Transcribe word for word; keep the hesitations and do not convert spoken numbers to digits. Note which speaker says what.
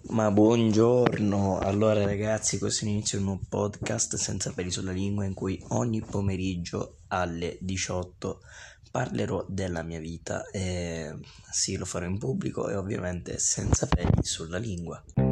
Speaker 1: Ma buongiorno, allora ragazzi, questo inizio un nuovo podcast senza peli sulla lingua in cui ogni pomeriggio alle diciotto parlerò della mia vita e sì, lo farò in pubblico e ovviamente senza peli sulla lingua.